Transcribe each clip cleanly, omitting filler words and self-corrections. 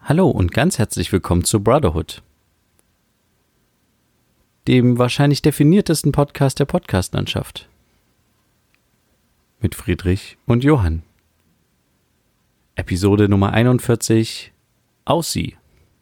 Hallo und ganz herzlich willkommen zu Brotherhood, dem wahrscheinlich definiertesten Podcast der Podcastlandschaft. Mit Friedrich und Johann. Episode Nummer 41, Aussie.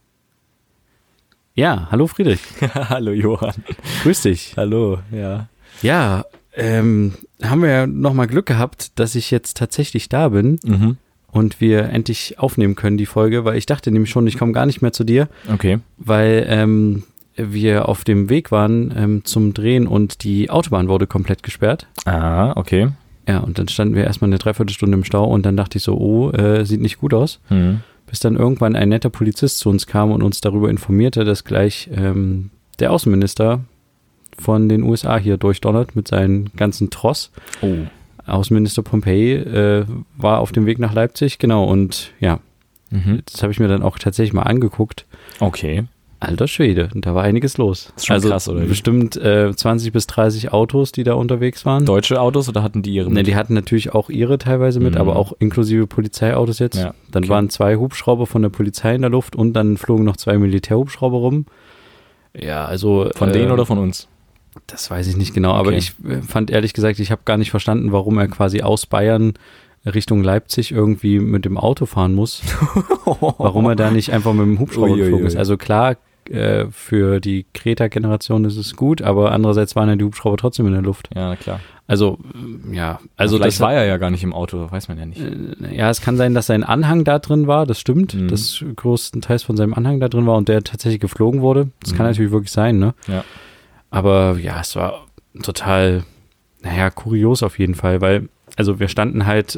Ja, hallo Friedrich. Hallo Johann. Grüß dich. Hallo, ja. Ja, haben wir ja nochmal Glück gehabt, dass ich jetzt tatsächlich da bin und wir endlich aufnehmen können, die Folge, weil ich dachte nämlich schon, ich komme gar nicht mehr zu dir. Okay. Weil wir auf dem Weg waren zum Drehen und die Autobahn wurde komplett gesperrt. Ah, okay. Ja, und dann standen wir erstmal eine Dreiviertelstunde im Stau und dann dachte ich so, sieht nicht gut aus. Bis dann irgendwann ein netter Polizist zu uns kam und uns darüber informierte, dass gleich der Außenminister von den USA hier durchdonnert mit seinem ganzen Tross. Oh. Außenminister Pompei war auf dem Weg nach Leipzig, genau, und ja, das habe ich mir dann auch tatsächlich mal angeguckt. Okay. Alter Schwede, da war einiges los. Das ist schon also krass, oder? Bestimmt 20 bis 30 Autos, die da unterwegs waren. Deutsche Autos oder hatten die ihre mit? Ne, die hatten natürlich auch ihre teilweise mit, aber auch inklusive Polizeiautos jetzt. Ja, dann waren 2 Hubschrauber von der Polizei in der Luft und dann flogen noch 2 Militärhubschrauber rum. Ja, also Von denen oder von uns? Das weiß ich nicht genau, aber ich fand ehrlich gesagt, ich habe gar nicht verstanden, warum er quasi aus Bayern Richtung Leipzig irgendwie mit dem Auto fahren muss. Warum er da nicht einfach mit dem Hubschrauber geflogen ist. Also klar, für die Kreta-Generation ist es gut, aber andererseits waren ja die Hubschrauber trotzdem in der Luft. Ja, klar. Also, ja. Also vielleicht war er ja gar nicht im Auto, weiß man ja nicht. Ja, es kann sein, dass sein Anhang da drin war, das stimmt, dass größtenteils von seinem Anhang da drin war und der tatsächlich geflogen wurde. Das kann natürlich wirklich sein, ne? Ja. Aber ja, es war total, kurios auf jeden Fall, weil, also wir standen halt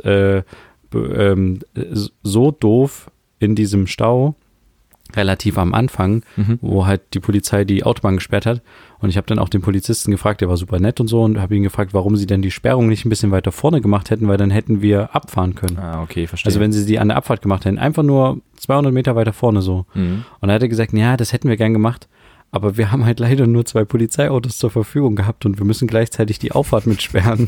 so doof in diesem Stau, relativ am Anfang, wo halt die Polizei die Autobahn gesperrt hat. Und ich habe dann auch den Polizisten gefragt, der war super nett und so, und habe ihn gefragt, warum sie denn die Sperrung nicht ein bisschen weiter vorne gemacht hätten, weil dann hätten wir abfahren können. Ah, okay, verstehe. Also wenn sie die an der Abfahrt gemacht hätten, einfach nur 200 Meter weiter vorne so. Und dann hat er gesagt, ja, das hätten wir gern gemacht, aber wir haben halt leider nur 2 Polizeiautos zur Verfügung gehabt und wir müssen gleichzeitig die Auffahrt mitsperren.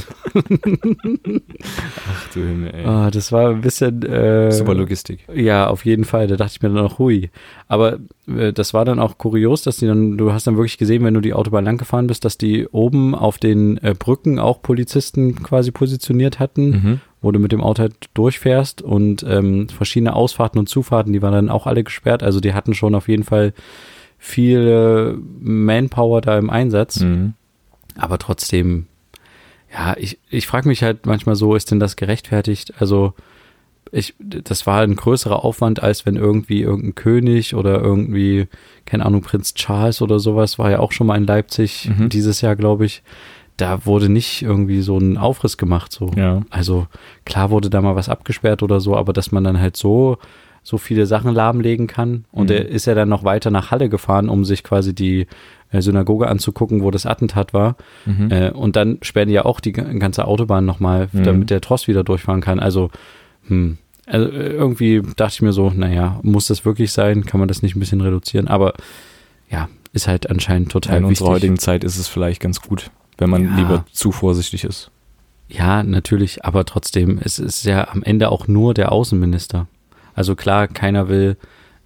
Ach du Himmel, ey. Das war ein bisschen super Logistik. Ja, auf jeden Fall. Da dachte ich mir dann auch, hui. Aber das war dann auch kurios, dass du hast dann wirklich gesehen, wenn du die Autobahn lang gefahren bist, dass die oben auf den Brücken auch Polizisten quasi positioniert hatten, wo du mit dem Auto halt durchfährst, und verschiedene Ausfahrten und Zufahrten, die waren dann auch alle gesperrt. Also die hatten schon auf jeden Fall viel Manpower da im Einsatz. Aber trotzdem, ja, ich frage mich halt manchmal so, ist denn das gerechtfertigt? Also das war ein größerer Aufwand, als wenn irgendwie irgendein König oder irgendwie, keine Ahnung, Prinz Charles oder sowas, war ja auch schon mal in Leipzig dieses Jahr, glaube ich. Da wurde nicht irgendwie so ein Aufriss gemacht. So. Ja. Also klar wurde da mal was abgesperrt oder so, aber dass man dann halt so viele Sachen lahmlegen kann. Und er ist ja dann noch weiter nach Halle gefahren, um sich quasi die Synagoge anzugucken, wo das Attentat war. Und dann sperren die ja auch die ganze Autobahn nochmal, damit der Tross wieder durchfahren kann. Also, also irgendwie dachte ich mir so, naja, muss das wirklich sein? Kann man das nicht ein bisschen reduzieren? Aber ja, ist halt anscheinend total wichtig. In unserer heutigen Zeit ist es vielleicht ganz gut, wenn man lieber zu vorsichtig ist. Ja, natürlich, aber trotzdem, es ist ja am Ende auch nur der Außenminister. Also klar, keiner will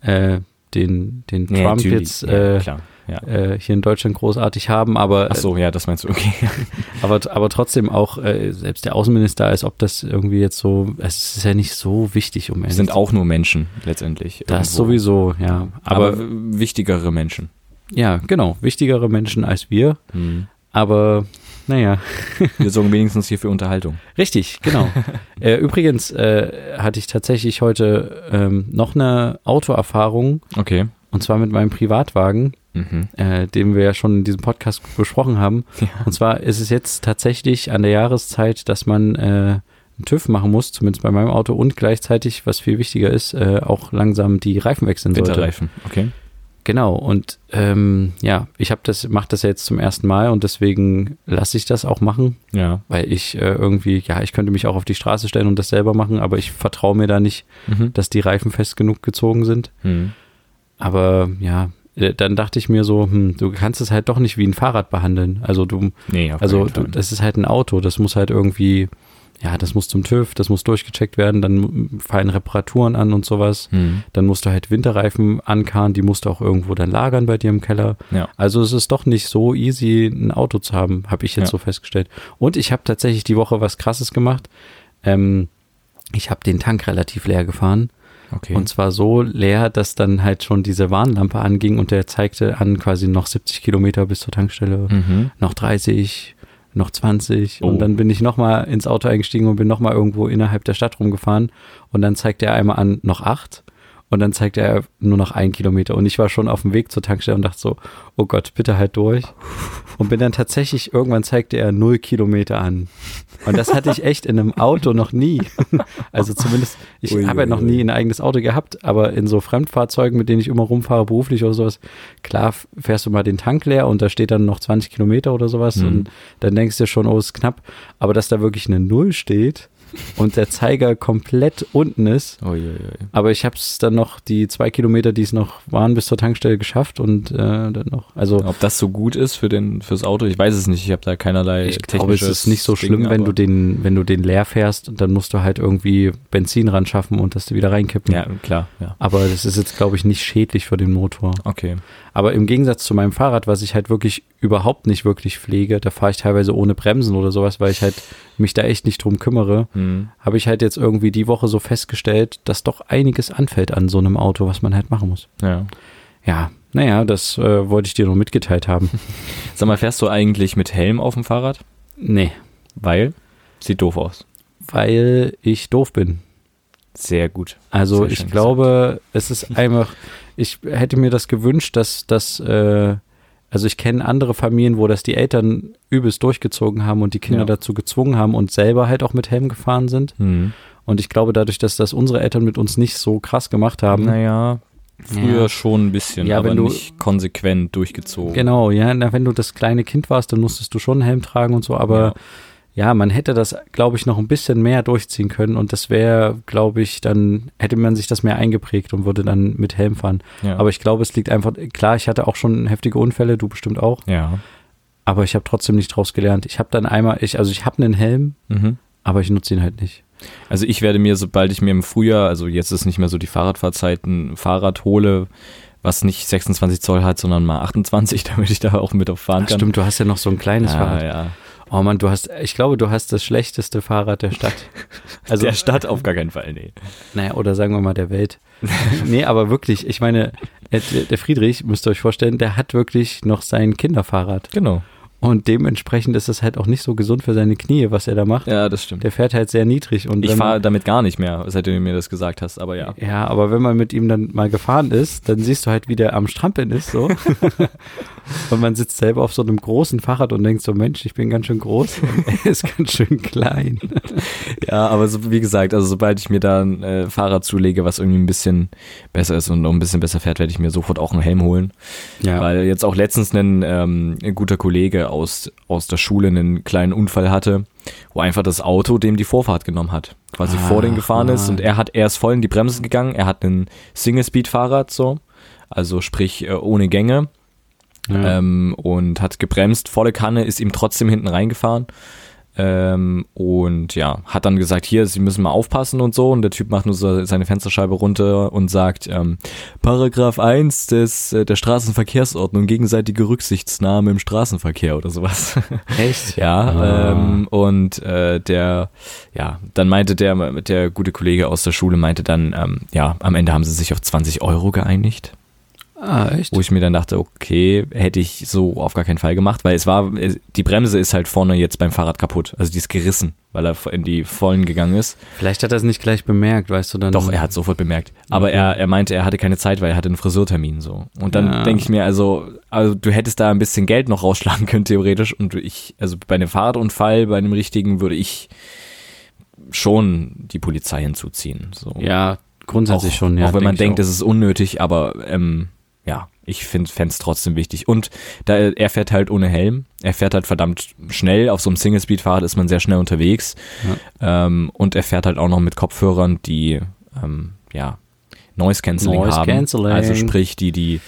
den Trump jetzt hier in Deutschland großartig haben, aber ach so, ja, das meinst du, okay. aber trotzdem auch selbst der Außenminister, als ob das irgendwie jetzt so, es ist ja nicht so wichtig, um ehrlich zu sein. Sind auch nur Menschen letztendlich. Das sowieso, ja. Aber wichtigere Menschen. Ja, genau, wichtigere Menschen als wir, aber naja. Wir sorgen wenigstens hier für Unterhaltung. Richtig, genau. Übrigens hatte ich tatsächlich heute noch eine Autoerfahrung. Okay. Und zwar mit meinem Privatwagen, den wir ja schon in diesem Podcast besprochen haben. Ja. Und zwar ist es jetzt tatsächlich an der Jahreszeit, dass man einen TÜV machen muss, zumindest bei meinem Auto, und gleichzeitig, was viel wichtiger ist, auch langsam die Reifen wechseln sollte. Winterreifen, okay. Genau, und ich mache das ja jetzt zum ersten Mal und deswegen lasse ich das auch machen. Ja. Weil ich ich könnte mich auch auf die Straße stellen und das selber machen, aber ich vertraue mir da nicht, dass die Reifen fest genug gezogen sind. Aber ja, dann dachte ich mir so, du kannst es halt doch nicht wie ein Fahrrad behandeln. Also das ist halt ein Auto, das muss halt irgendwie ja, das muss zum TÜV, das muss durchgecheckt werden, dann fallen Reparaturen an und sowas. Dann musst du halt Winterreifen ankarren, die musst du auch irgendwo dann lagern bei dir im Keller. Ja. Also es ist doch nicht so easy, ein Auto zu haben, habe ich jetzt so festgestellt. Und ich habe tatsächlich die Woche was Krasses gemacht. Ich habe den Tank relativ leer gefahren. Okay. Und zwar so leer, dass dann halt schon diese Warnlampe anging und der zeigte an quasi noch 70 Kilometer bis zur Tankstelle, noch 30, noch 20 und dann bin ich nochmal ins Auto eingestiegen und bin nochmal irgendwo innerhalb der Stadt rumgefahren und dann zeigte er einmal an noch 8 und dann zeigte er nur noch 1 Kilometer und ich war schon auf dem Weg zur Tankstelle und dachte so, oh Gott, bitte halt durch und bin dann tatsächlich, irgendwann zeigte er 0 Kilometer an und das hatte ich echt in einem Auto noch nie, also zumindest, ich habe ja noch nie ein eigenes Auto gehabt, aber in so Fremdfahrzeugen, mit denen ich immer rumfahre, beruflich oder sowas, klar fährst du mal den Tank leer und da steht dann noch 20 Kilometer oder sowas und dann denkst du schon, oh, ist knapp, aber dass da wirklich eine 0 steht und der Zeiger komplett unten ist, aber ich habe es dann noch, die 2 Kilometer, die es noch waren, bis zur Tankstelle geschafft und dann noch, also. Ob das so gut ist fürs Auto, ich weiß es nicht, ich habe da keinerlei technisches. Ich glaube, es ist nicht so schlimm, wenn du den leer fährst, dann musst du halt irgendwie Benzin ran schaffen und das wieder reinkippen. Ja, klar, ja. Aber das ist jetzt, glaube ich, nicht schädlich für den Motor. Okay. Aber im Gegensatz zu meinem Fahrrad, was ich halt wirklich überhaupt nicht wirklich pflege, da fahre ich teilweise ohne Bremsen oder sowas, weil ich halt mich da echt nicht drum kümmere, habe ich halt jetzt irgendwie die Woche so festgestellt, dass doch einiges anfällt an so einem Auto, was man halt machen muss. Ja. Ja, naja, das wollte ich dir noch mitgeteilt haben. Sag mal, fährst du eigentlich mit Helm auf dem Fahrrad? Nee. Weil? Sieht doof aus. Weil ich doof bin. Sehr gut. Also Sehr ich schön glaube, es ist einfach, ich hätte mir das gewünscht, dass das, also ich kenne andere Familien, wo das die Eltern übelst durchgezogen haben und die Kinder dazu gezwungen haben und selber halt auch mit Helm gefahren sind. Und ich glaube, dadurch, dass das unsere Eltern mit uns nicht so krass gemacht haben. Naja, früher schon ein bisschen, ja, aber wenn du, nicht konsequent durchgezogen. Genau, ja, wenn du das kleine Kind warst, dann musstest du schon einen Helm tragen und so, aber ja, man hätte das, glaube ich, noch ein bisschen mehr durchziehen können und das wäre, glaube ich, dann hätte man sich das mehr eingeprägt und würde dann mit Helm fahren. Ja. Aber ich glaube, es liegt einfach, klar, ich hatte auch schon heftige Unfälle, du bestimmt auch. Ja. Aber ich habe trotzdem nicht draus gelernt. Ich habe dann einmal, ich habe einen Helm, aber ich nutze ihn halt nicht. Also ich werde mir, sobald ich mir im Frühjahr, also jetzt ist nicht mehr so die Fahrradfahrzeit, ein Fahrrad hole, was nicht 26 Zoll hat, sondern mal 28, damit ich da auch mit fahren kann. Stimmt, du hast ja noch so ein kleines Fahrrad. Ja. Oh Mann, ich glaube, du hast das schlechteste Fahrrad der Stadt. Also der Stadt auf gar keinen Fall, nee. Naja, oder sagen wir mal der Welt. Nee, aber wirklich, ich meine, der Friedrich, müsst ihr euch vorstellen, der hat wirklich noch sein Kinderfahrrad. Genau. Und dementsprechend ist es halt auch nicht so gesund für seine Knie, was er da macht. Ja, das stimmt. Der fährt halt sehr niedrig. Und ich fahre damit gar nicht mehr, seitdem du mir das gesagt hast, aber ja. Ja, aber wenn man mit ihm dann mal gefahren ist, dann siehst du halt, wie der am Strampeln ist, so. Und man sitzt selber auf so einem großen Fahrrad und denkt so, Mensch, ich bin ganz schön groß und er ist ganz schön klein. Ja, aber so, wie gesagt, also sobald ich mir da ein Fahrrad zulege, was irgendwie ein bisschen besser ist und noch ein bisschen besser fährt, werde ich mir sofort auch einen Helm holen. Ja. Weil jetzt auch letztens ein guter Kollege aus der Schule einen kleinen Unfall hatte, wo einfach das Auto dem die Vorfahrt genommen hat. Quasi vor den gefahren ist und er ist voll in die Bremsen gegangen. Er hat ein Single-Speed-Fahrrad so, also sprich ohne Gänge und hat gebremst, volle Kanne, ist ihm trotzdem hinten reingefahren. Und ja, hat dann gesagt, hier, Sie müssen mal aufpassen und so. Und der Typ macht nur so seine Fensterscheibe runter und sagt, Paragraph 1 der Straßenverkehrsordnung, gegenseitige Rücksichtnahme im Straßenverkehr oder sowas. Echt? Ja, dann meinte der gute Kollege aus der Schule, meinte dann, am Ende haben sie sich auf 20 € geeinigt. Ah, echt? Wo ich mir dann dachte, okay, hätte ich so auf gar keinen Fall gemacht, weil die Bremse ist halt vorne jetzt beim Fahrrad kaputt. Also die ist gerissen, weil er in die Vollen gegangen ist. Vielleicht hat er es nicht gleich bemerkt, weißt du dann. Doch, er hat es sofort bemerkt. Aber er meinte, er hatte keine Zeit, weil er hatte einen Friseurtermin so. Und dann denke ich mir, also du hättest da ein bisschen Geld noch rausschlagen können, theoretisch. Und bei einem Fahrradunfall, bei einem richtigen, würde ich schon die Polizei hinzuziehen. So. Ja, grundsätzlich schon, ja. Auch wenn man denkt, das ist unnötig, aber ich fände es trotzdem wichtig. Und er fährt halt ohne Helm. Er fährt halt verdammt schnell. Auf so einem Single-Speed-Fahrrad ist man sehr schnell unterwegs. Ja. Und er fährt halt auch noch mit Kopfhörern, die Noise-Canceling haben. Also sprich, die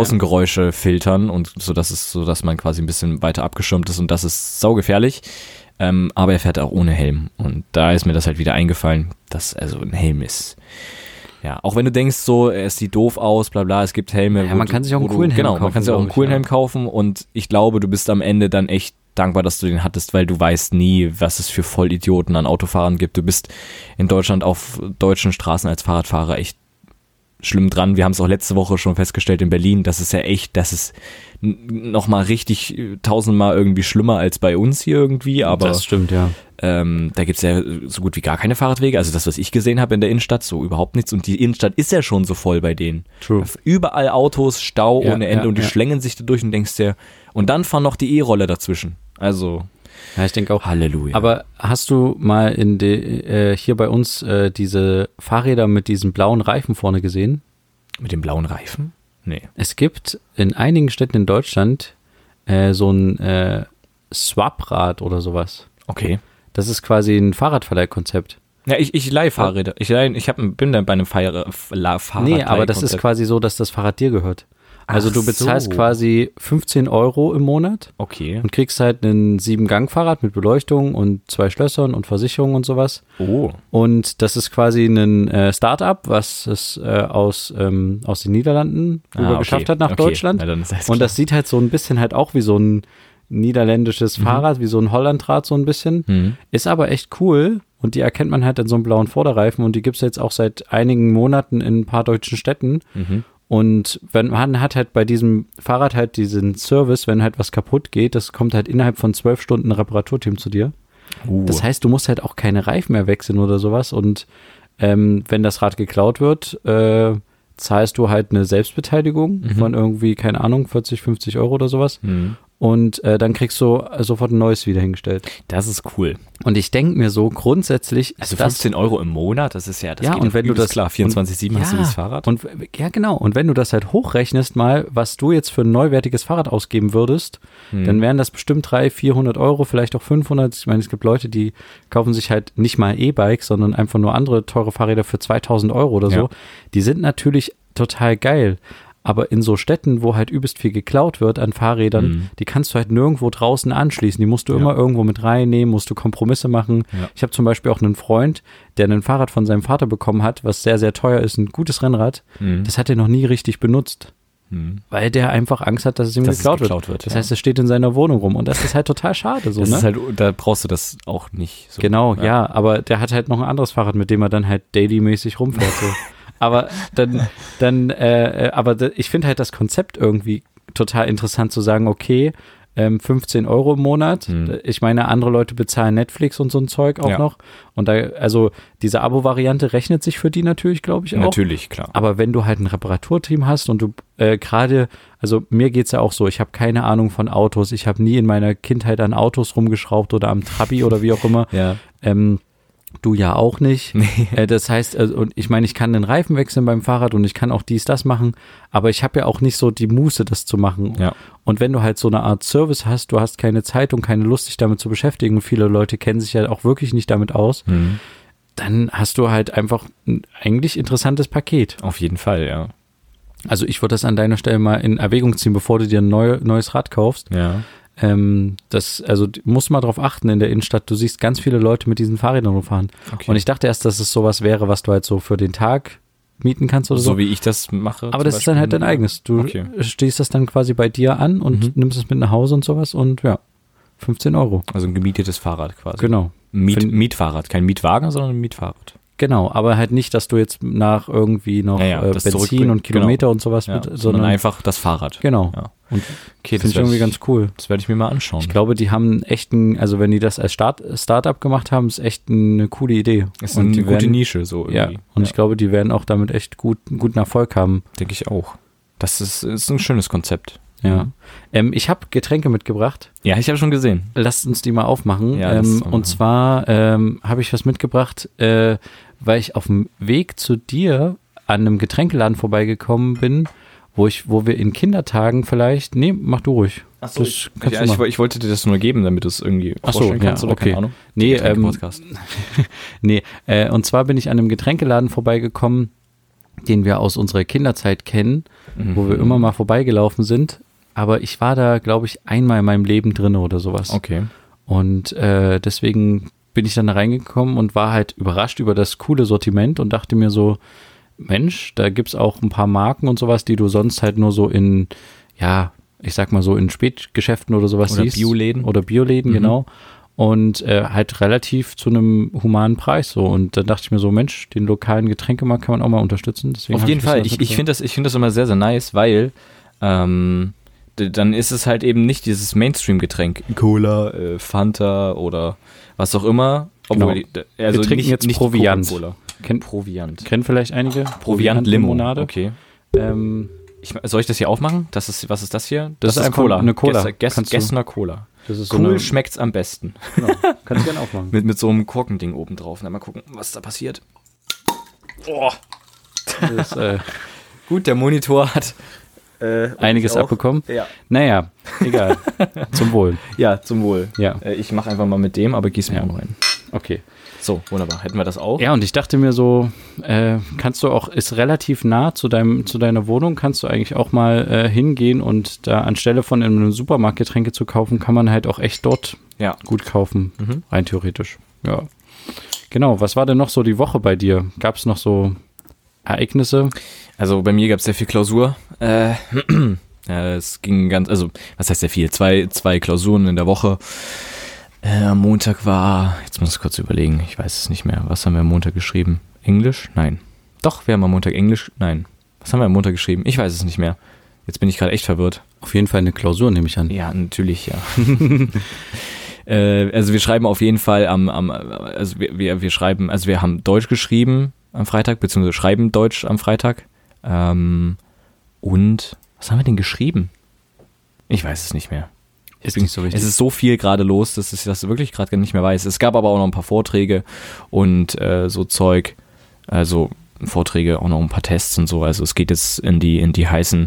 Außengeräusche filtern und sodass man quasi ein bisschen weiter abgeschirmt ist. Und das ist saugefährlich. aber er fährt auch ohne Helm. Und da ist mir das halt wieder eingefallen, dass also ein Helm ist. Ja, auch wenn du denkst, so, es sieht doof aus, bla bla, es gibt Helme. Ja, man kann sich auch einen coolen Helm kaufen. Genau, man kann sich auch einen coolen Helm kaufen und ich glaube, du bist am Ende dann echt dankbar, dass du den hattest, weil du weißt nie, was es für Vollidioten an Autofahrern gibt. Du bist in Deutschland auf deutschen Straßen als Fahrradfahrer echt schlimm dran. Wir haben es auch letzte Woche schon festgestellt in Berlin, das ist nochmal richtig 1000-mal irgendwie schlimmer als bei uns hier irgendwie, aber das stimmt, ja. Da gibt's ja so gut wie gar keine Fahrradwege, also das, was ich gesehen habe in der Innenstadt, so überhaupt nichts und die Innenstadt ist ja schon so voll bei denen. True. Überall Autos, Stau ohne Ende und die schlängeln sich da durch und denkst dir, und dann fahren noch die E-Roller dazwischen, also ja, ich denke auch. Halleluja. Aber hast du mal hier bei uns diese Fahrräder mit diesem blauen Reifen vorne gesehen? Mit dem blauen Reifen? Nee. Es gibt in einigen Städten in Deutschland so ein Swap-Rad oder sowas. Okay. Das ist quasi ein Fahrradverleihkonzept. Ja, ich leihe Fahrräder. Bin dann bei einem Fahrrad. Nee, aber das ist quasi so, dass das Fahrrad dir gehört. Also du bezahlst quasi 15 € im Monat und kriegst halt ein 7-Gang-Fahrrad mit Beleuchtung und 2 Schlössern und Versicherung und sowas. Oh. Und das ist quasi ein Start-up, was es aus den Niederlanden geschafft hat nach Deutschland. Ja, dann ist das und das sieht halt so ein bisschen halt auch wie so ein niederländisches Fahrrad, wie so ein Hollandrad so ein bisschen. Ist aber echt cool und die erkennt man halt in so einem blauen Vorderreifen und die gibt es jetzt auch seit einigen Monaten in ein paar deutschen Städten. Und man hat halt bei diesem Fahrrad halt diesen Service, wenn halt was kaputt geht, das kommt halt innerhalb von 12 Stunden ein Reparaturteam zu dir. Das heißt, du musst halt auch keine Reifen mehr wechseln oder sowas. Und wenn das Rad geklaut wird, zahlst du halt eine Selbstbeteiligung von irgendwie, keine Ahnung, 40, 50 € oder sowas. Und dann kriegst du sofort ein neues wieder hingestellt. Das ist cool. Und ich denke mir so, grundsätzlich also 15 € im Monat, das ist ja, das geht und wenn du das klar, 24/7 hast du das Fahrrad. Und ja, genau. Und wenn du das halt hochrechnest mal, was du jetzt für ein neuwertiges Fahrrad ausgeben würdest, dann wären das bestimmt 300, 400 €, vielleicht auch 500. Ich meine, es gibt Leute, die kaufen sich halt nicht mal E-Bikes, sondern einfach nur andere teure Fahrräder für 2000 € oder so. Die sind natürlich total geil. Aber in so Städten, wo halt übelst viel geklaut wird an Fahrrädern, die kannst du halt nirgendwo draußen anschließen. Die musst du immer irgendwo mit reinnehmen, musst du Kompromisse machen. Ja. Ich habe zum Beispiel auch einen Freund, der ein Fahrrad von seinem Vater bekommen hat, was sehr, sehr teuer ist, ein gutes Rennrad. Das hat er noch nie richtig benutzt. Weil der einfach Angst hat, dass es ihm geklaut wird. Das heißt, es steht in seiner Wohnung rum und das ist halt total schade. So, das ist halt, da brauchst du das auch nicht. So. Genau, ja, aber der hat halt noch ein anderes Fahrrad, mit dem er dann halt daily-mäßig rumfährt. So. Aber ich finde halt das Konzept irgendwie total interessant zu sagen, okay, 15 € im Monat. Ich meine, andere Leute bezahlen Netflix und so ein Zeug auch noch. Und da, also diese Abo-Variante rechnet sich für die natürlich, glaube ich, auch. Natürlich, klar. Aber wenn du halt ein Reparaturteam hast und du gerade, also mir geht's ja auch so, ich habe keine Ahnung von Autos. Ich habe nie in meiner Kindheit an Autos rumgeschraubt oder am Trabi oder wie auch immer. Ja. Du ja auch nicht. Nee. Das heißt, und ich meine, ich kann den Reifen wechseln beim Fahrrad und ich kann auch das machen, aber ich habe ja auch nicht so die Muße, das zu machen. Ja. Und wenn du halt so eine Art Service hast, du hast keine Zeit und keine Lust, dich damit zu beschäftigen, und viele Leute kennen sich ja auch wirklich nicht damit aus, dann hast du halt einfach ein eigentlich interessantes Paket. Auf jeden Fall, ja. Also ich würde das an deiner Stelle mal in Erwägung ziehen, bevor du dir ein neues Rad kaufst. Ja. Musst mal drauf achten in der Innenstadt, du siehst ganz viele Leute mit diesen Fahrrädern rumfahren. Okay. Und ich dachte erst, dass es sowas wäre, was du halt so für den Tag mieten kannst oder so. So wie ich das mache. Aber das ist dann halt dein eigenes. Du stehst das dann quasi bei dir an und nimmst es mit nach Hause und sowas und ja, 15 €. Also ein gemietetes Fahrrad quasi. Genau. Mietfahrrad, kein Mietwagen, sondern ein Mietfahrrad. Genau, aber halt nicht, dass du jetzt nach irgendwie noch Benzin und Kilometer und sowas sondern einfach das Fahrrad. Genau. Ja. Und finde ich irgendwie ganz cool. Das werde ich mir mal anschauen. Ich glaube, die haben echt also wenn die das als Startup gemacht haben, ist echt eine coole Idee. Ist eine gute Nische so irgendwie. Ja, und ich glaube, die werden auch damit echt guten Erfolg haben. Denke ich auch. Das ist ein schönes Konzept. Ja. Ich habe Getränke mitgebracht. Ja, ich habe schon gesehen. Lasst uns die mal aufmachen. Ja, und zwar habe ich was mitgebracht, weil ich auf dem Weg zu dir an einem Getränkeladen vorbeigekommen bin, wo wir in Kindertagen vielleicht, nee, mach du ruhig. Achso, ich wollte dir das nur geben, damit du es irgendwie vorstellen kannst oder keine Ahnung. Nee, nee, und zwar bin ich an einem Getränkeladen vorbeigekommen, den wir aus unserer Kinderzeit kennen, wo wir immer mal vorbeigelaufen sind. Aber ich war da, glaube ich, einmal in meinem Leben drin oder sowas. Okay. Und deswegen bin ich dann da reingekommen und war halt überrascht über das coole Sortiment und dachte mir so, Mensch, da gibt's auch ein paar Marken und sowas, die du sonst halt nur so in, ja, ich sag mal so in Spätgeschäften oder sowas oder siehst. Oder Bioläden, genau. Und halt relativ zu einem humanen Preis so. Und dann dachte ich mir so, Mensch, den lokalen Getränkemarkt kann man auch mal unterstützen. Deswegen auf jeden Fall. Ich finde das immer sehr, sehr nice, weil dann ist es halt eben nicht dieses Mainstream-Getränk. Cola, Fanta oder was auch immer. Obwohl, genau. Also wir trinken jetzt nicht Proviant. Proviant. Kennen vielleicht einige? Proviant Limonade. Okay. Soll ich das hier aufmachen? Was ist das hier? Das ist Cola. Eine Cola. Gessner Cola. Das ist cool, schmeckt's am besten. Genau. Kannst du gerne aufmachen. mit so einem Korkending oben drauf. Na, mal gucken, was da passiert. Oh. Das, gut, der Monitor hat einiges abbekommen. Ja. Naja, egal. Zum Wohl. Ja, zum Wohl. Ja. Ich mache einfach mal mit dem, aber gieß mir auch rein. Okay. So, wunderbar. Hätten wir das auch? Ja, und ich dachte mir so, kannst du auch, ist relativ nah zu deiner Wohnung, kannst du eigentlich auch mal hingehen und da anstelle von in einem Supermarkt Getränke zu kaufen, kann man halt auch echt dort gut kaufen, rein theoretisch. Ja. Genau, was war denn noch so die Woche bei dir? Gab es noch so Ereignisse? Also bei mir gab es sehr viel Klausur. Es ging was heißt sehr viel? Zwei Klausuren in der Woche. Am Montag war, jetzt muss ich kurz überlegen, ich weiß es nicht mehr. Was haben wir am Montag geschrieben? Englisch? Nein. Doch, wir haben am Montag Englisch? Nein. Was haben wir am Montag geschrieben? Ich weiß es nicht mehr. Jetzt bin ich gerade echt verwirrt. Auf jeden Fall eine Klausur, nehme ich an. Ja, natürlich, ja. Also wir schreiben auf jeden Fall wir haben Deutsch geschrieben am Freitag, beziehungsweise schreiben Deutsch am Freitag. Und was haben wir denn geschrieben? Ich weiß es nicht mehr. Ist nicht so richtig. Es ist so viel gerade los, dass ich das wirklich gerade nicht mehr weiß. Es gab aber auch noch ein paar Vorträge und so Zeug, also Vorträge, auch noch ein paar Tests und so. Also es geht jetzt in die heißen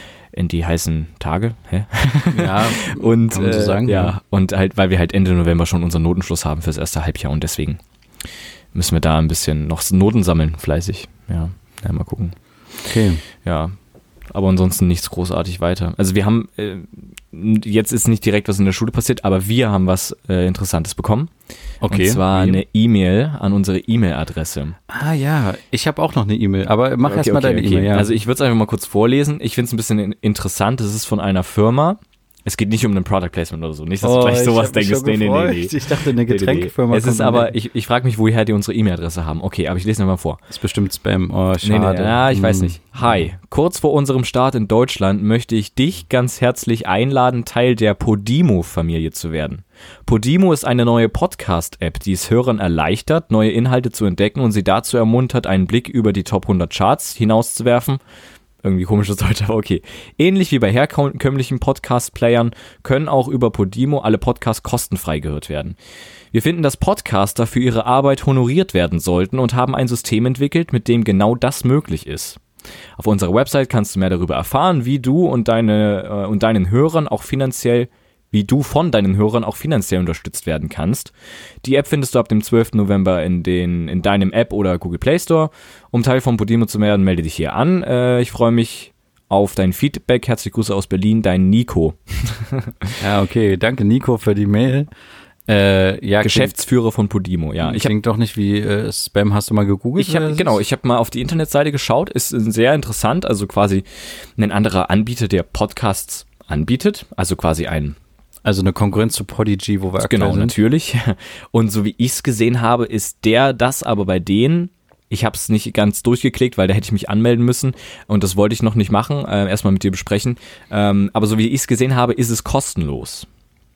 Tage. Hä? Ja, und kann man so sagen. Ja, und halt, weil wir halt Ende November schon unseren Notenschluss haben fürs erste Halbjahr und deswegen müssen wir da ein bisschen noch Noten sammeln, fleißig. Ja, mal gucken. Okay. Ja, aber ansonsten nichts großartig weiter. Also wir haben, jetzt ist nicht direkt was in der Schule passiert, aber wir haben was Interessantes bekommen. Okay. Und zwar eine E-Mail an unsere E-Mail-Adresse. Ah ja, ich habe auch noch eine E-Mail, aber mach erst mal deine E-Mail. Ja. Also ich würde es einfach mal kurz vorlesen. Ich finde es ein bisschen interessant. Das ist von einer Firma. Es geht nicht um ein Product Placement oder so. Nicht, dass du gleich sowas denkst. Nee. Ich dachte, eine Getränkefirma. Es ist aber, ich frage mich, woher die unsere E-Mail-Adresse haben. Okay, aber ich lese mal vor. Das ist bestimmt Spam. Oh, schade. Ja, ich weiß nicht. Hi, kurz vor unserem Start in Deutschland möchte ich dich ganz herzlich einladen, Teil der Podimo-Familie zu werden. Podimo ist eine neue Podcast-App, die es Hörern erleichtert, neue Inhalte zu entdecken und sie dazu ermuntert, einen Blick über die Top 100 Charts hinauszuwerfen. Irgendwie komisches Deutsch, aber okay. Ähnlich wie bei herkömmlichen Podcast-Playern können auch über Podimo alle Podcasts kostenfrei gehört werden. Wir finden, dass Podcaster für ihre Arbeit honoriert werden sollten und haben ein System entwickelt, mit dem genau das möglich ist. Auf unserer Website kannst du mehr darüber erfahren, wie du von deinen Hörern auch finanziell unterstützt werden kannst. Die App findest du ab dem 12. November in deinem App oder Google Play Store. Um Teil von Podimo zu werden, melde dich hier an. Ich freue mich auf dein Feedback. Herzliche Grüße aus Berlin, dein Nico. Ja, okay. Danke, Nico, für die Mail. Geschäftsführer von Podimo, ja. Klingt doch nicht wie Spam. Hast du mal gegoogelt? Ich habe mal auf die Internetseite geschaut. Ist sehr interessant. Also quasi ein anderer Anbieter, der Podcasts anbietet. Also quasi Also eine Konkurrenz zu Podigy, wo wir aktuell sind. Genau, natürlich. Und so wie ich es gesehen habe, ist das aber bei denen, ich habe es nicht ganz durchgeklickt, weil da hätte ich mich anmelden müssen und das wollte ich noch nicht machen, erstmal mit dir besprechen. Aber so wie ich es gesehen habe, ist es kostenlos.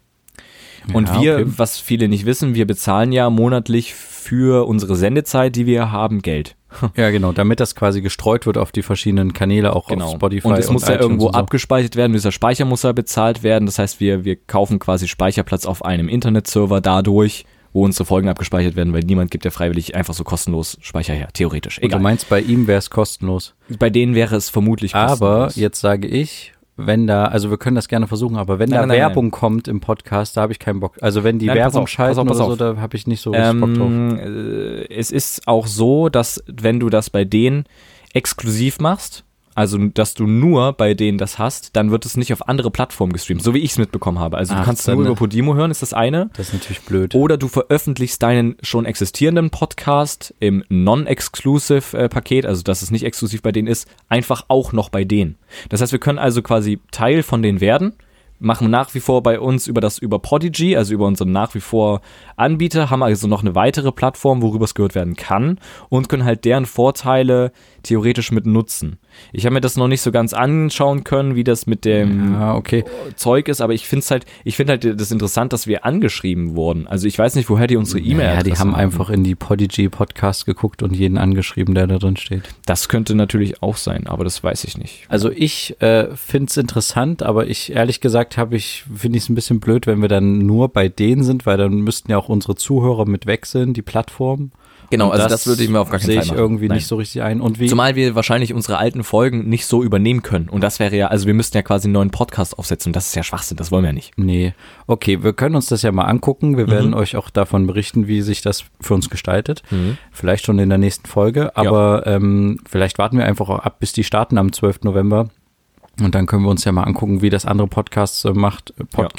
Und was viele nicht wissen, wir bezahlen ja monatlich für unsere Sendezeit, die wir haben, Geld. Ja, genau, damit das quasi gestreut wird auf die verschiedenen Kanäle, auch auf Spotify. Und es muss ja irgendwo abgespeichert werden, dieser Speicher muss ja bezahlt werden. Das heißt, wir kaufen quasi Speicherplatz auf einem Internetserver dadurch, wo unsere Folgen abgespeichert werden, weil niemand gibt ja freiwillig einfach so kostenlos Speicher her, theoretisch. Egal. Und du meinst, bei ihm wäre es kostenlos? Bei denen wäre es vermutlich kostenlos. Aber jetzt sage ich, also wir können das gerne versuchen, aber wenn da Werbung kommt im Podcast, da habe ich keinen Bock. Also wenn die Werbung schalten oder so, da habe ich nicht so Bock drauf. Es ist auch so, dass wenn du das bei denen exklusiv machst, also dass du nur bei denen das hast, dann wird es nicht auf andere Plattformen gestreamt, so wie ich es mitbekommen habe. Also du kannst nur über Podimo hören, ist das eine. Das ist natürlich blöd. Oder du veröffentlichst deinen schon existierenden Podcast im Non-Exclusive-Paket, also dass es nicht exklusiv bei denen ist, einfach auch noch bei denen. Das heißt, wir können also quasi Teil von denen werden, machen nach wie vor bei uns über Podigy, also über unseren nach wie vor Anbieter, haben also noch eine weitere Plattform, worüber es gehört werden kann und können halt deren Vorteile theoretisch mit nutzen. Ich habe mir das noch nicht so ganz anschauen können, wie das mit dem Zeug ist, aber ich finde halt das interessant, dass wir angeschrieben wurden. Also ich weiß nicht, woher die unsere E-Mail Ja, die haben einfach in die Podigy Podcast geguckt und jeden angeschrieben, der da drin steht. Das könnte natürlich auch sein, aber das weiß ich nicht. Also ich finde es interessant, aber ehrlich gesagt finde ich es ein bisschen blöd, wenn wir dann nur bei denen sind, weil dann müssten ja auch unsere Zuhörer mit wechseln, die Plattform. Genau, also das würde ich mir auf gar keinen Fall machen. Sehe ich irgendwie nicht so richtig ein. Und zumal wir wahrscheinlich unsere alten Folgen nicht so übernehmen können. Und das wäre ja, also wir müssten ja quasi einen neuen Podcast aufsetzen. Und das ist ja Schwachsinn, das wollen wir ja nicht. Nee. Okay, wir können uns das ja mal angucken. Wir werden euch auch davon berichten, wie sich das für uns gestaltet. Vielleicht schon in der nächsten Folge. Aber vielleicht warten wir einfach auch ab, bis die starten am 12. November. Und dann können wir uns ja mal angucken, wie das andere Podcasts macht.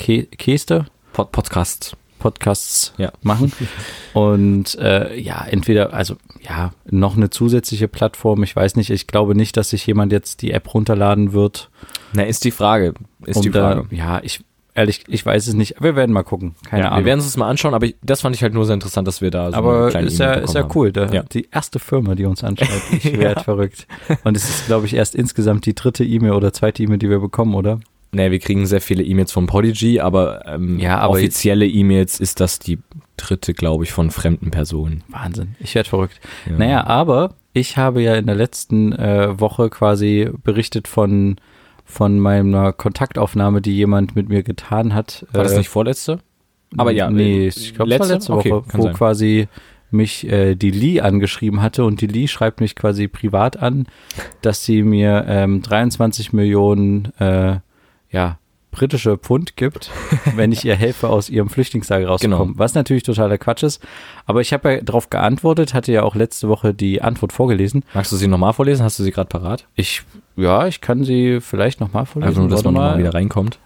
Podcasts machen und entweder, noch eine zusätzliche Plattform, ich weiß nicht, ich glaube nicht, dass sich jemand jetzt die App runterladen wird. Na, ist die Frage. Ich weiß es nicht, wir werden mal gucken, keine Ahnung. Wir werden es uns mal anschauen, aber das fand ich halt nur sehr interessant, dass wir da so eine kleine E-Mail bekommen haben. Aber ist ja cool, die erste Firma, die uns anschreibt, ich werde verrückt. Und es ist, glaube ich, erst insgesamt die dritte E-Mail oder zweite E-Mail, die wir bekommen, oder? Nee, wir kriegen sehr viele E-Mails von Podigy, aber offizielle E-Mails ist das die dritte, glaube ich, von fremden Personen. Wahnsinn, ich werde verrückt. Ja. Naja, aber ich habe ja in der letzten Woche quasi berichtet von meiner Kontaktaufnahme, die jemand mit mir getan hat. War das nicht vorletzte? Aber ja. Nee, ich glaube, es war letzte Woche, wo sein. Quasi mich die Lee angeschrieben hatte und die Lee schreibt mich quasi privat an, dass sie mir 23 Millionen britische Pfund gibt, wenn ich ihr helfe, aus ihrem Flüchtlingslager rauszukommen. Genau. Was natürlich totaler Quatsch ist. Aber ich habe ja darauf geantwortet, hatte ja auch letzte Woche die Antwort vorgelesen. Magst du sie nochmal vorlesen? Hast du sie gerade parat? Ich kann sie vielleicht nochmal vorlesen. Also nur, dass man nochmal wieder reinkommt.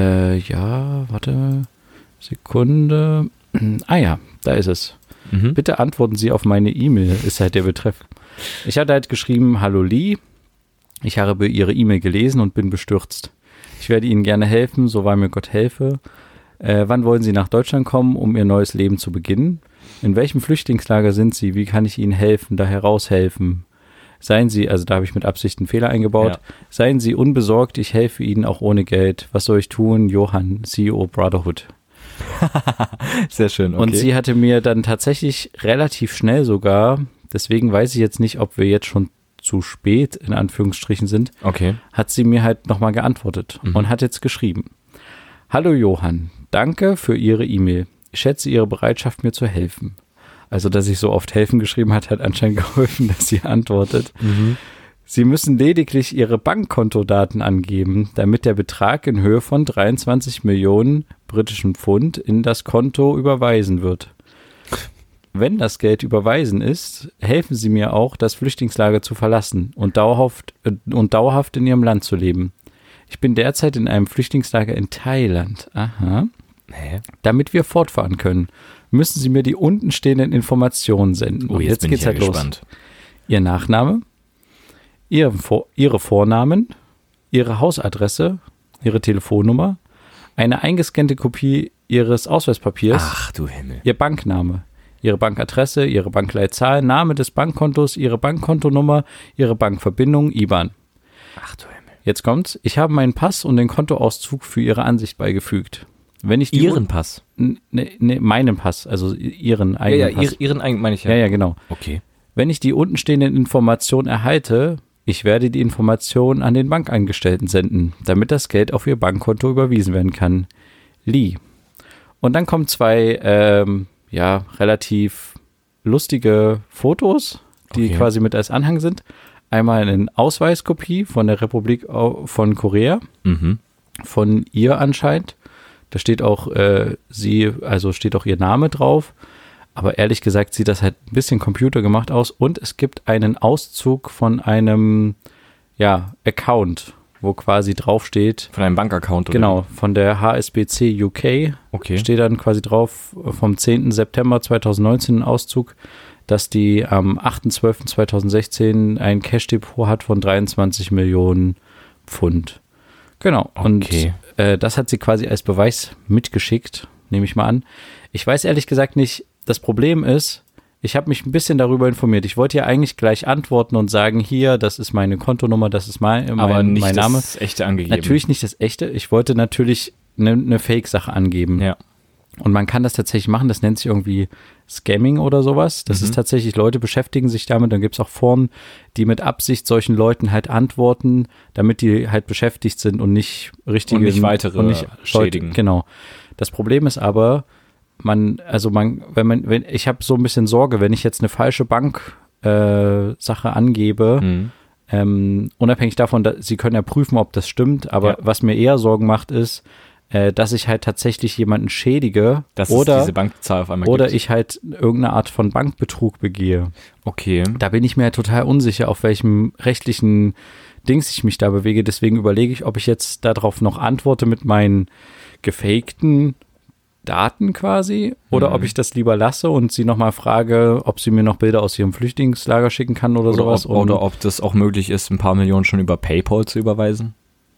Warte. Sekunde. Da ist es. Bitte antworten Sie auf meine E-Mail, ist halt der Betreff. Ich hatte halt geschrieben, hallo Lee, ich habe Ihre E-Mail gelesen und bin bestürzt. Ich werde Ihnen gerne helfen, so wahr mir Gott helfe. Wann wollen Sie nach Deutschland kommen, um Ihr neues Leben zu beginnen? In welchem Flüchtlingslager sind Sie? Wie kann ich Ihnen helfen, da heraushelfen? Seien Sie, also da habe ich mit Absicht einen Fehler eingebaut, seien Sie unbesorgt, ich helfe Ihnen auch ohne Geld. Was soll ich tun? Johann, CEO Brotherhood. Sehr schön, okay. Und sie hatte mir dann tatsächlich relativ schnell sogar, deswegen weiß ich jetzt nicht, ob wir jetzt schon zu spät in Anführungsstrichen sind, hat sie mir halt nochmal geantwortet und hat jetzt geschrieben: Hallo Johann, danke für Ihre E-Mail. Ich schätze Ihre Bereitschaft, mir zu helfen. Also, dass ich so oft helfen geschrieben hat anscheinend geholfen, dass sie antwortet. Sie müssen lediglich Ihre Bankkontodaten angeben, damit der Betrag in Höhe von 23 Millionen britischen Pfund in das Konto überweisen wird. Wenn das Geld überweisen ist, helfen Sie mir auch, das Flüchtlingslager zu verlassen und dauerhaft in Ihrem Land zu leben. Ich bin derzeit in einem Flüchtlingslager in Thailand. Damit wir fortfahren können, müssen Sie mir die untenstehenden Informationen senden. Und jetzt geht's halt gespannt. Los. Ihr Nachname, Ihre Vornamen, Ihre Hausadresse, Ihre Telefonnummer, eine eingescannte Kopie Ihres Ausweispapiers, ach du Himmel, Ihr Bankname, Ihre Bankadresse, Ihre Bankleitzahl, Name des Bankkontos, Ihre Bankkontonummer, Ihre Bankverbindung, IBAN. Ach du Himmel. Jetzt kommt's. Ich habe meinen Pass und den Kontoauszug für Ihre Ansicht beigefügt. Wenn ich Ihren Pass? Nee, meinen Pass, also Ihren eigenen Pass. Ihren eigenen meine ich ja. Ja, genau. Okay. Wenn ich die untenstehenden Informationen erhalte, ich werde die Informationen an den Bankangestellten senden, damit das Geld auf Ihr Bankkonto überwiesen werden kann. Lee. Und dann kommen zwei, relativ lustige Fotos, die quasi mit als Anhang sind. Einmal eine Ausweiskopie von der Republik von Korea, von ihr anscheinend. Da steht auch steht auch ihr Name drauf. Aber ehrlich gesagt sieht das halt ein bisschen computergemacht aus. Und es gibt einen Auszug von einem Account, wo quasi draufsteht. Von einem Bankaccount, oder? Genau, von der HSBC UK. Okay. Steht dann quasi drauf, vom 10. September 2019 ein Auszug, dass die am 8.12.2016 ein Cash-Depot hat von 23 Millionen Pfund. Genau. Okay. Und das hat sie quasi als Beweis mitgeschickt, nehme ich mal an. Ich weiß ehrlich gesagt nicht, das Problem ist, ich habe mich ein bisschen darüber informiert. Ich wollte ja eigentlich gleich antworten und sagen, hier, das ist meine Kontonummer, das ist mein Name. Aber nicht das echte angegeben. Natürlich nicht das echte. Ich wollte natürlich eine Fake-Sache angeben. Ja. Und man kann das tatsächlich machen, das nennt sich irgendwie Scamming oder sowas. Das ist tatsächlich, Leute beschäftigen sich damit, dann gibt es auch Foren, die mit Absicht solchen Leuten halt antworten, damit die halt beschäftigt sind und nicht richtige... Und nicht weitere schädigen. Genau. Das Problem ist aber, ich habe so ein bisschen Sorge, wenn ich jetzt eine falsche Bank-Sache angebe, unabhängig davon, sie können ja prüfen, ob das stimmt, aber was mir eher Sorgen macht, ist, dass ich halt tatsächlich jemanden schädige oder diese Bankzahl auf einmal oder gibt. ich halt irgendeine Art von Bankbetrug begehe. Okay. Da bin ich mir halt total unsicher, auf welchem rechtlichen Dings ich mich da bewege. Deswegen überlege ich, ob ich jetzt darauf noch antworte mit meinen gefakten Daten quasi oder ob ich das lieber lasse und sie nochmal frage, ob sie mir noch Bilder aus ihrem Flüchtlingslager schicken kann oder sowas. Oder ob das auch möglich ist, ein paar Millionen schon über PayPal zu überweisen.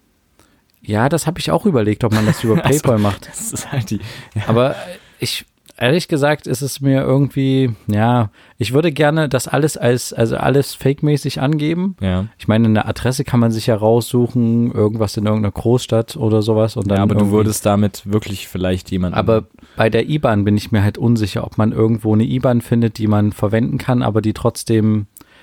Ja, das habe ich auch überlegt, ob man das über PayPal macht. Das ist halt Aber ehrlich gesagt, ist es mir irgendwie, ich würde gerne das alles alles fake-mäßig angeben. Ja. Ich meine, eine Adresse kann man sich ja raussuchen, irgendwas in irgendeiner Großstadt oder sowas. Und dann aber du würdest damit wirklich vielleicht jemanden... Aber bei der IBAN bin ich mir halt unsicher, ob man irgendwo eine IBAN findet, die man verwenden kann, aber die trotzdem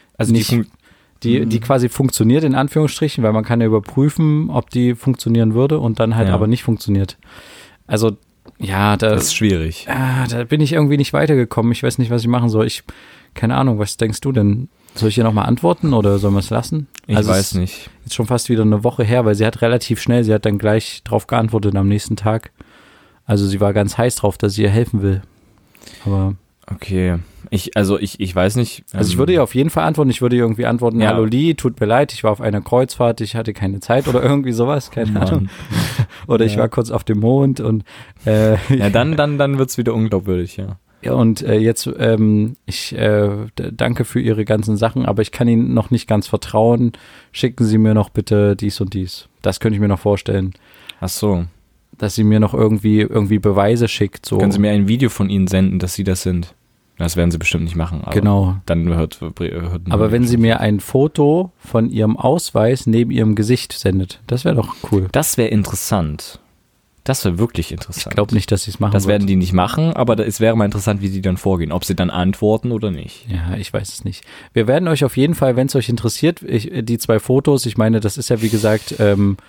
die quasi funktioniert, in Anführungsstrichen, weil man kann ja überprüfen, ob die funktionieren würde und dann halt aber nicht funktioniert. Also, das ist schwierig. Da bin ich irgendwie nicht weitergekommen. Ich weiß nicht, was ich machen soll. Keine Ahnung, was denkst du denn? Soll ich hier nochmal antworten oder sollen wir es lassen? Ich weiß nicht. Jetzt schon fast wieder eine Woche her, weil sie hat dann gleich drauf geantwortet am nächsten Tag. Also sie war ganz heiß drauf, dass sie ihr helfen will. Aber... Okay, ich weiß nicht. Also ich würde ihr auf jeden Fall antworten. Ich würde ihr irgendwie antworten, hallo Lee, tut mir leid, ich war auf einer Kreuzfahrt, ich hatte keine Zeit oder irgendwie sowas, keine Ahnung. Oder ich war kurz auf dem Mond und dann wird's wieder unglaubwürdig, ja. Ja, und jetzt, ich danke für Ihre ganzen Sachen, aber ich kann Ihnen noch nicht ganz vertrauen. Schicken Sie mir noch bitte dies und dies. Das könnte ich mir noch vorstellen. Ach so. Dass sie mir noch irgendwie Beweise schickt. So. Können Sie mir ein Video von Ihnen senden, dass Sie das sind? Das werden Sie bestimmt nicht machen. Aber genau. Dann hört aber wenn sie mir ein Foto von Ihrem Ausweis neben Ihrem Gesicht sendet, das wäre doch cool. Das wäre interessant. Das wäre wirklich interessant. Ich glaube nicht, dass sie es machen Das werden die nicht machen, aber es wäre mal interessant, wie die dann vorgehen. Ob sie dann antworten oder nicht. Ja, ich weiß es nicht. Wir werden euch auf jeden Fall, wenn es euch interessiert, die 2 Fotos, ich meine, das ist ja wie gesagt,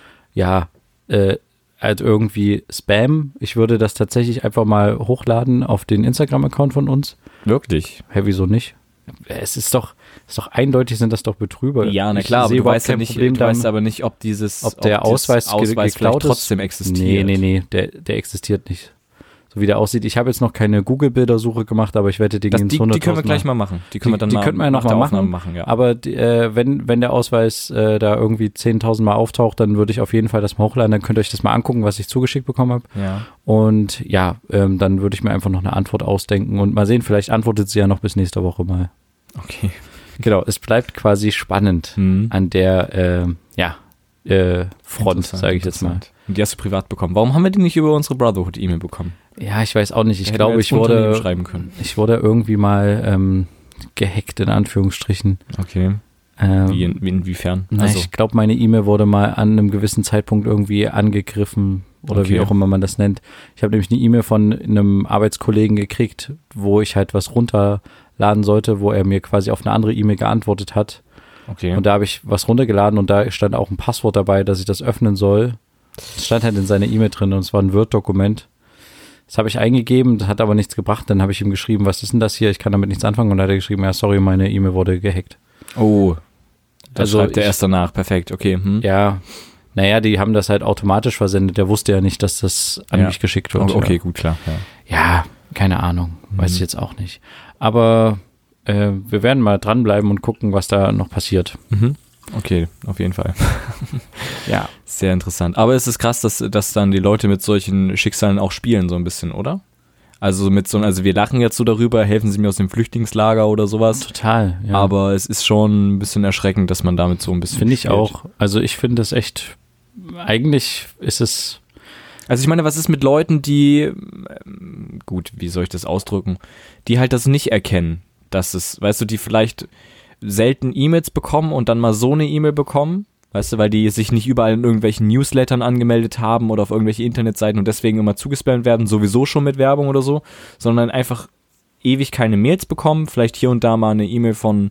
halt irgendwie Spam. Ich würde das tatsächlich einfach mal hochladen auf den Instagram-Account von uns. Wirklich? Hä, wieso nicht? Es ist doch eindeutig, sind das doch Betrüger. Ja, na klar, aber du weißt ja nicht, du weißt aber nicht, ob der Ausweis geklaut trotzdem existiert. Nee, der existiert nicht. So wie der aussieht. Ich habe jetzt noch keine Google-Bildersuche gemacht, aber ich wette, die gehen ins 100.000. Die können wir gleich mal machen. Die könnten wir ja noch mal machen. Ja. Aber wenn der Ausweis da irgendwie 10.000 Mal auftaucht, dann würde ich auf jeden Fall das mal hochladen. Dann könnt ihr euch das mal angucken, was ich zugeschickt bekommen habe. Ja. Und dann würde ich mir einfach noch eine Antwort ausdenken und mal sehen, vielleicht antwortet sie ja noch bis nächste Woche mal. Okay. Genau, es bleibt quasi spannend an der Front, sage ich jetzt mal. Und die hast du privat bekommen. Warum haben wir die nicht über unsere Brotherhood-E-Mail bekommen? Ja, ich weiß auch nicht. Ich glaube, ich wurde irgendwie mal gehackt, in Anführungsstrichen. Okay. Inwiefern? Ich glaube, meine E-Mail wurde mal an einem gewissen Zeitpunkt irgendwie angegriffen oder wie auch immer man das nennt. Ich habe nämlich eine E-Mail von einem Arbeitskollegen gekriegt, wo ich halt was runterladen sollte, wo er mir quasi auf eine andere E-Mail geantwortet hat. Okay. Und da habe ich was runtergeladen und da stand auch ein Passwort dabei, dass ich das öffnen soll. Das stand halt in seiner E-Mail drin und es war ein Word-Dokument. Das habe ich eingegeben, das hat aber nichts gebracht. Dann habe ich ihm geschrieben, was ist denn das hier? Ich kann damit nichts anfangen. Und dann hat er geschrieben, ja, sorry, meine E-Mail wurde gehackt. Oh, das schreibt er erst danach. Perfekt, okay. Ja, naja, die haben das halt automatisch versendet. Der wusste ja nicht, dass das an mich geschickt wird. Okay, gut, klar. Ja, keine Ahnung. Weiß ich jetzt auch nicht. Aber wir werden mal dranbleiben und gucken, was da noch passiert. Okay, auf jeden Fall. Ja. Sehr interessant. Aber es ist krass, dass dann die Leute mit solchen Schicksalen auch spielen, so ein bisschen, oder? Also also wir lachen jetzt so darüber, helfen sie mir aus dem Flüchtlingslager oder sowas. Total, ja. Aber es ist schon ein bisschen erschreckend, dass man damit so ein bisschen Finde ich auch. Also ich finde das echt, eigentlich ist es... Also ich meine, was ist mit Leuten, die, gut, wie soll ich das ausdrücken, die halt das nicht erkennen, dass es, weißt du, die vielleicht selten E-Mails bekommen und dann mal so eine E-Mail bekommen, weißt du, weil die sich nicht überall in irgendwelchen Newslettern angemeldet haben oder auf irgendwelche Internetseiten und deswegen immer zugespammt werden, sowieso schon mit Werbung oder so, sondern einfach ewig keine Mails bekommen, vielleicht hier und da mal eine E-Mail vom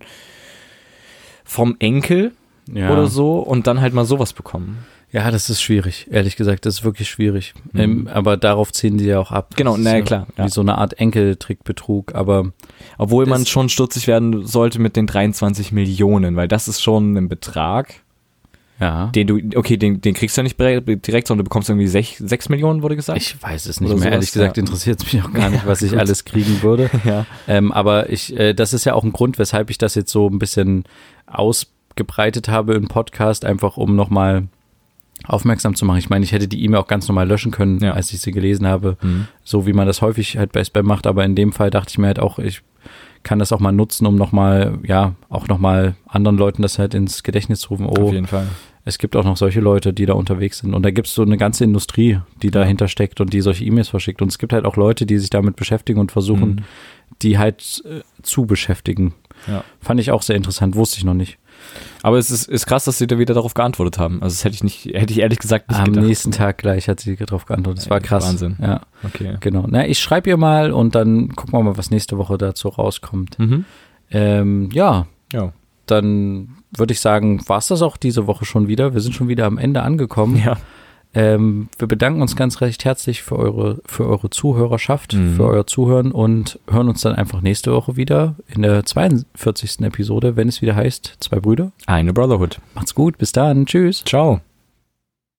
Enkel oder so und dann halt mal sowas bekommen. Ja, das ist schwierig, ehrlich gesagt, das ist wirklich schwierig. Aber darauf ziehen die ja auch ab. Genau, naja, klar. Wie so eine Art Enkeltrickbetrug, aber... Obwohl man schon stutzig werden sollte mit den 23 Millionen, weil das ist schon ein Betrag, den kriegst du ja nicht direkt, sondern du bekommst irgendwie 6 Millionen, wurde gesagt. Ich weiß es nicht mehr, ehrlich gesagt interessiert es mich auch gar nicht, was ich alles kriegen würde. Ja. Aber das ist ja auch ein Grund, weshalb ich das jetzt so ein bisschen ausgebreitet habe im Podcast, einfach um nochmal aufmerksam zu machen. Ich meine, ich hätte die E-Mail auch ganz normal löschen können, als ich sie gelesen habe, so wie man das häufig halt bei Spam macht, aber in dem Fall dachte ich mir halt auch, ich kann das auch mal nutzen, um nochmal anderen Leuten das halt ins Gedächtnis zu rufen. Auf jeden Fall. Es gibt auch noch solche Leute, die da unterwegs sind und da gibt es so eine ganze Industrie, die dahinter steckt und die solche E-Mails verschickt und es gibt halt auch Leute, die sich damit beschäftigen und versuchen, die halt zu beschäftigen. Ja. Fand ich auch sehr interessant, wusste ich noch nicht. Aber es ist krass, dass sie da wieder darauf geantwortet haben. Also das hätte ich ehrlich gesagt nicht gedacht. Am nächsten Tag gleich hat sie darauf geantwortet. Das war krass. Wahnsinn. Ja, okay. Genau. Na, ich schreibe ihr mal und dann gucken wir mal, was nächste Woche dazu rauskommt. Ja. Dann würde ich sagen, war es das auch diese Woche schon wieder. Wir sind schon wieder am Ende angekommen. Ja. Wir bedanken uns ganz recht herzlich für eure Zuhörerschaft, für euer Zuhören und hören uns dann einfach nächste Woche wieder in der 42. Episode, wenn es wieder heißt, 2 Brüder. Eine Brotherhood. Macht's gut, bis dann, tschüss. Ciao.